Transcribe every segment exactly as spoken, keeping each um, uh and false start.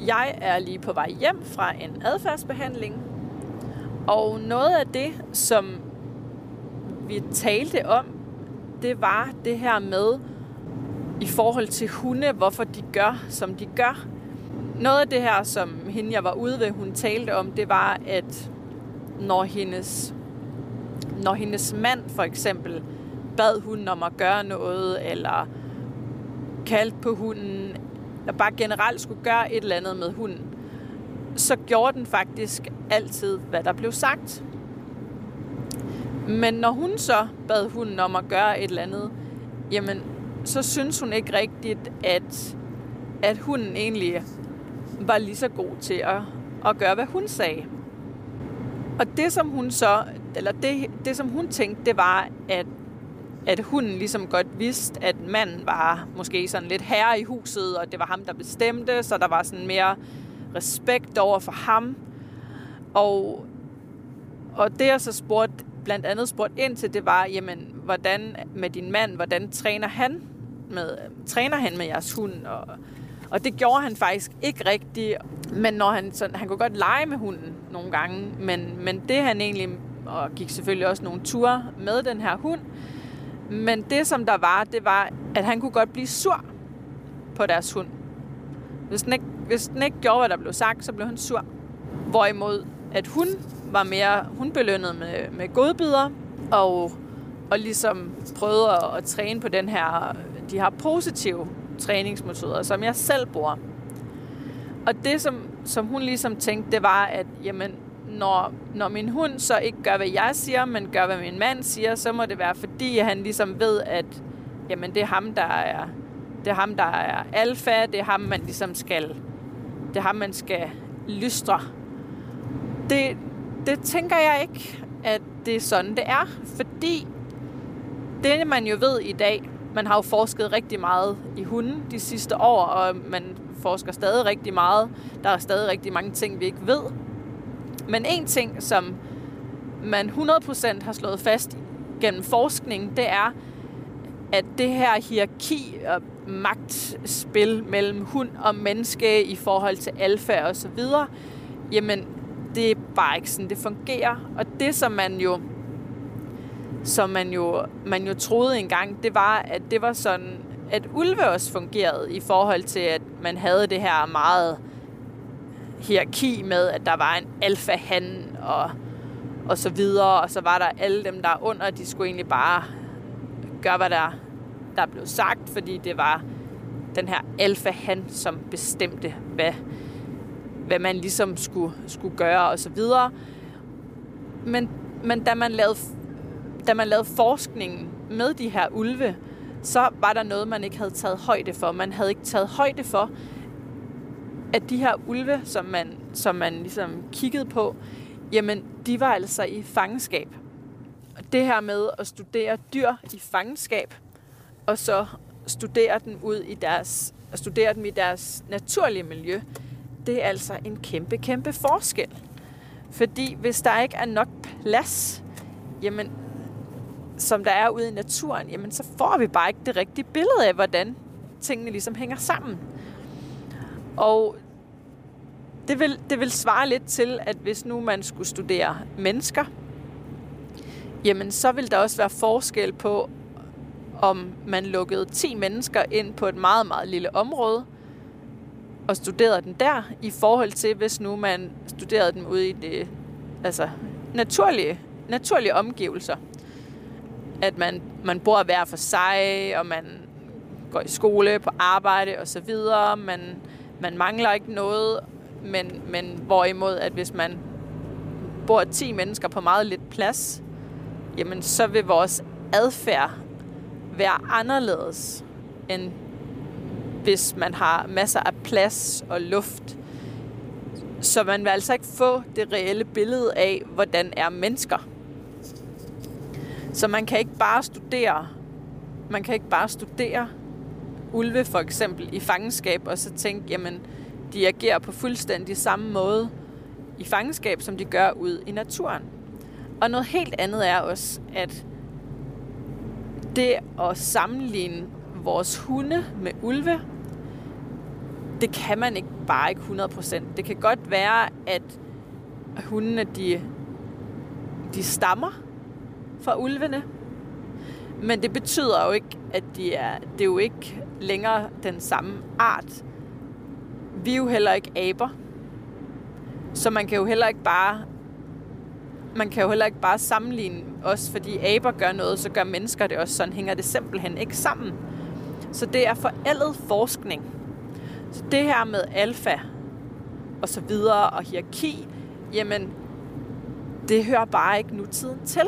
Jeg er lige på vej hjem fra en adfærdsbehandling, og noget af det, som vi talte om, det var det her med, i forhold til hunde, hvorfor de gør, som de gør. Noget af det her, som hende, jeg var ude ved, hun talte om, det var, at når hendes, når hendes mand for eksempel bad hunden om at gøre noget, eller kaldte på hunden, eller bare generelt skulle gøre et eller andet med hunden, så gjorde den faktisk altid, hvad der blev sagt. Men når hun så bad hunden om at gøre et eller andet, jamen, så synes hun ikke rigtigt, at, at hunden egentlig var lige så god til at, at gøre, hvad hun sagde. Og det, som hun så, eller det, det, som hun tænkte, det var, at, at hunden ligesom godt vidste, at manden var måske sådan lidt herre i huset, og det var ham, der bestemte, så der var sådan mere respekt over for ham. Og, og det, jeg så spurgte, blandt andet spurgte ind til, det var, jamen, hvordan med din mand, hvordan træner han med, træner han med jeres hund? Og, og det gjorde han faktisk ikke rigtigt, men når han, sådan, han kunne godt lege med hunden nogle gange, men, men det han egentlig, og gik selvfølgelig også nogle ture med den her hund, men det som der var, det var, at han kunne godt blive sur på deres hund. Hvis den ikke, hvis den ikke gjorde, hvad der blev sagt, så blev han sur. Hvorimod, at hun var mere, hun belønnede med, med godbidder, og, og ligesom prøvede at, at træne på den her, de her positive træningsmetoder, som jeg selv bruger. Og det, som, som hun ligesom tænkte, det var, at jamen, når, når min hund så ikke gør, hvad jeg siger, men gør, hvad min mand siger, så må det være, fordi han ligesom ved, at jamen, det er ham, der er, det er ham, der er alfa, det er ham, man ligesom skal, det er ham, man skal lystre. Det, det tænker jeg ikke, at det er sådan, det er, fordi det, man jo ved i dag, man har jo forsket rigtig meget i hunden de sidste år, og man forsker stadig rigtig meget. Der er stadig rigtig mange ting, vi ikke ved. Men en ting, som man hundrede procent har slået fast gennem forskning, det er, at det her hierarki og magtspil mellem hund og menneske i forhold til alfa og så videre, jamen, det er bare ikke sådan, det fungerer. Og det, som man jo som man jo, man jo troede engang, det var, at det var sådan, at ulve også fungerede i forhold til, at man havde det her meget hierarki med, at der var en alfa-han og, og så videre, og så var der alle dem, der er under, de skulle egentlig bare gøre, hvad der, der blev sagt, fordi det var den her alfa-han, som bestemte, hvad, hvad man ligesom skulle, skulle gøre, og så videre. Men, men da man lavede Da man lavede forskningen med de her ulve, så var der noget, man ikke havde taget højde for. Man havde ikke taget højde for, at de her ulve, som man, som man ligesom kiggede på, jamen, de var altså i fangenskab. Og det her med at studere dyr i fangenskab, og så studere dem ud i deres, at studere dem i deres naturlige miljø, det er altså en kæmpe, kæmpe forskel. Fordi hvis der ikke er nok plads, jamen, som der er ude i naturen, jamen så får vi bare ikke det rigtige billede af, hvordan tingene ligesom hænger sammen. Og det vil, det vil svare lidt til, at hvis nu man skulle studere mennesker, jamen så vil der også være forskel på, om man lukkede ti mennesker ind på et meget, meget lille område, og studerede den der, i forhold til, hvis nu man studerede dem ude i det, altså naturlige, naturlige omgivelser. At man, man bor hver for sig, og man går i skole, på arbejde og så videre. Man, man mangler ikke noget, men, men hvorimod, at hvis man bor ti mennesker på meget lidt plads, jamen så vil vores adfærd være anderledes, end hvis man har masser af plads og luft. Så man vil altså ikke få det reelle billede af, hvordan er mennesker. Så man kan ikke bare studere, man kan ikke bare studere ulve for eksempel i fangenskab, og så tænke, jamen, de agerer på fuldstændig samme måde i fangenskab, som de gør ude i naturen. Og noget helt andet er også, at det at sammenligne vores hunde med ulve, det kan man ikke bare ikke hundrede procent. Det kan godt være, at hundene, de, de stammer fra ulvene, men det betyder jo ikke, at de er, det er jo ikke længere den samme art. Vi er jo heller ikke aber, så man kan jo heller ikke bare man kan jo heller ikke bare sammenligne os, fordi aber gør noget, så gør mennesker det også. Sådan hænger det simpelthen ikke sammen. Så det er forældet forskning. Så det her med alfa og så videre og hierarki, jamen det hører bare ikke nutiden til.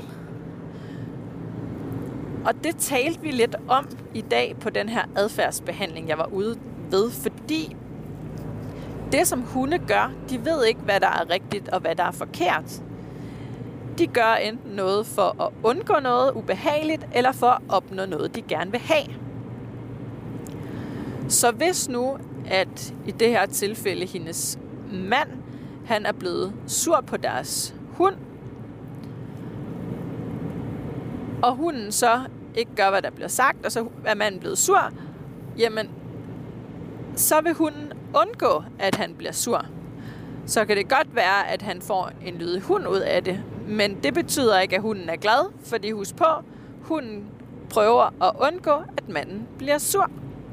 Og det talte vi lidt om i dag på den her adfærdsbehandling, jeg var ude ved, fordi det, som hunde gør, de ved ikke, hvad der er rigtigt og hvad der er forkert. De gør enten noget for at undgå noget ubehageligt, eller for at opnå noget, de gerne vil have. Så hvis nu, at i det her tilfælde hendes mand, han er blevet sur på deres hund, og hunden så ikke gør, hvad der bliver sagt, og så er manden blevet sur, jamen, så vil hunden undgå, at han bliver sur. Så kan det godt være, at han får en lydig hund ud af det, men det betyder ikke, at hunden er glad, fordi husk på, hunden prøver at undgå, at manden bliver sur.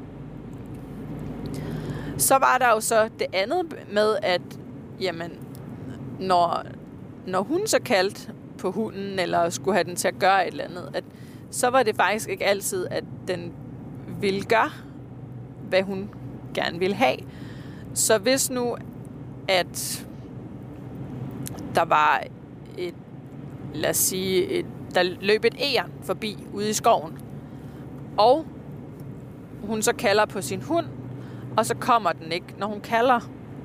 Så var der jo så det andet med, at jamen, når, når hun så kaldte på hunden, eller skulle have den til at gøre et eller andet, at, så var det faktisk ikke altid, at den ville gøre, hvad hun gerne ville have. Så hvis nu, at der var et, lad os sige, et, der løb et egern forbi ude i skoven, og hun så kalder på sin hund, og så kommer den ikke, når hun kalder.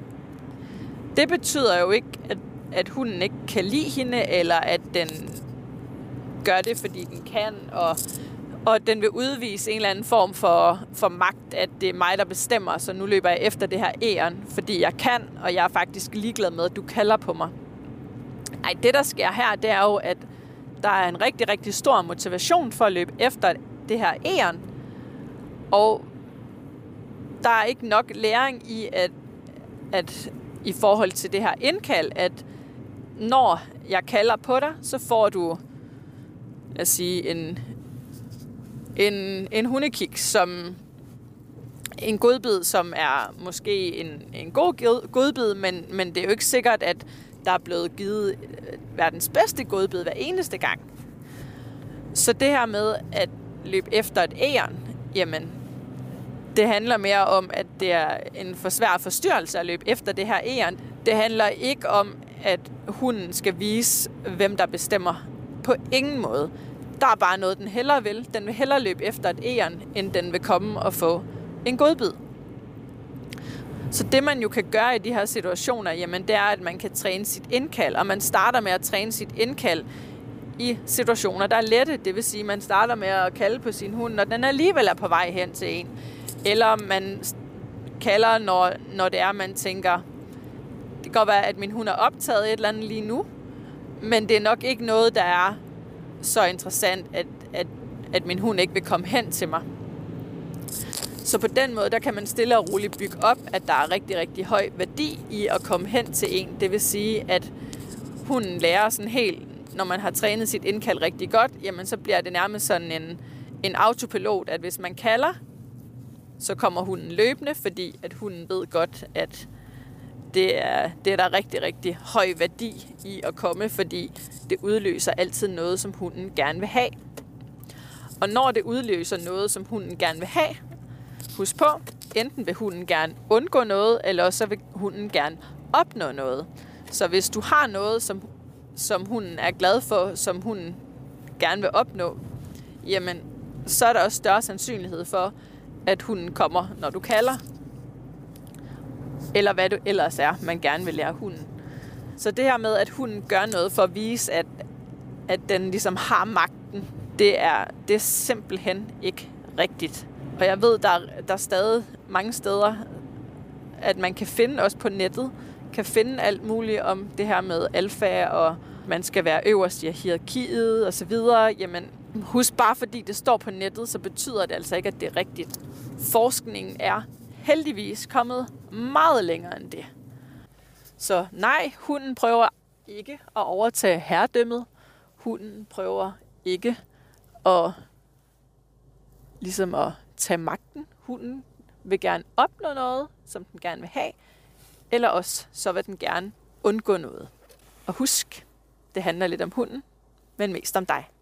Det betyder jo ikke, at, at hunden ikke kan lide hende, eller at den gør det, fordi den kan, og, og den vil udvise en eller anden form for, for magt, at det er mig, der bestemmer, så nu løber jeg efter det her egern, fordi jeg kan, og jeg er faktisk ligeglad med, at du kalder på mig. Ej, det der sker her, det er jo, at der er en rigtig, rigtig stor motivation for at løbe efter det her egern, og der er ikke nok læring i, at, at i forhold til det her indkald, at når jeg kalder på dig, så får du, lad os sige, en, en, en hundekiks, som en godbid, som er måske en, en god godbid, men, men det er jo ikke sikkert, at der er blevet givet verdens bedste godbid hver eneste gang. Så det her med at løbe efter et egern, jamen, det handler mere om, at det er en for svær forstyrrelse at løbe efter det her egern. Det handler ikke om, at hunden skal vise, hvem der bestemmer. På ingen måde. Der er bare noget, den hellere vil. Den vil hellere løbe efter et egern, end den vil komme og få en godbid. Så det, man jo kan gøre i de her situationer, jamen, det er, at man kan træne sit indkald. Og man starter med at træne sit indkald i situationer, der er lette. Det vil sige, at man starter med at kalde på sin hund, når den alligevel er på vej hen til en. Eller man kalder, når, når det er, man tænker, det kan godt være, at min hund er optaget et eller andet lige nu, men det er nok ikke noget, der er så interessant, at, at, at min hund ikke vil komme hen til mig. Så på den måde, der kan man stille og roligt bygge op, at der er rigtig, rigtig høj værdi i at komme hen til en. Det vil sige, at hunden lærer sådan helt, når man har trænet sit indkald rigtig godt, jamen så bliver det nærmest sådan en, en autopilot, at hvis man kalder, så kommer hunden løbende, fordi at hunden ved godt, at det er, det er der rigtig, rigtig høj værdi i at komme, fordi det udløser altid noget, som hunden gerne vil have. Og når det udløser noget, som hunden gerne vil have, husk på, enten vil hunden gerne undgå noget, eller også vil hunden gerne opnå noget. Så hvis du har noget, som, som hunden er glad for, som hunden gerne vil opnå, jamen, så er der også større sandsynlighed for, at hunden kommer, når du kalder. Eller hvad du ellers er, man gerne vil lære hunden. Så det her med, at hunden gør noget for at vise, at, at den ligesom har magten, det er, det er simpelthen ikke rigtigt. Og jeg ved, der, der er stadig mange steder, at man kan finde, også på nettet, kan finde alt muligt om det her med alfa, og man skal være øverst i hierarkiet og så videre. Jamen, husk bare, fordi det står på nettet, så betyder det altså ikke, at det er rigtigt. Forskningen er heldigvis kommet meget længere end det. Så nej, hunden prøver ikke at overtage herredømmet. Hunden prøver ikke at, ligesom at tage magten. Hunden vil gerne opnå noget, som den gerne vil have, eller også så vil den gerne undgå noget. Og husk, det handler lidt om hunden, men mest om dig.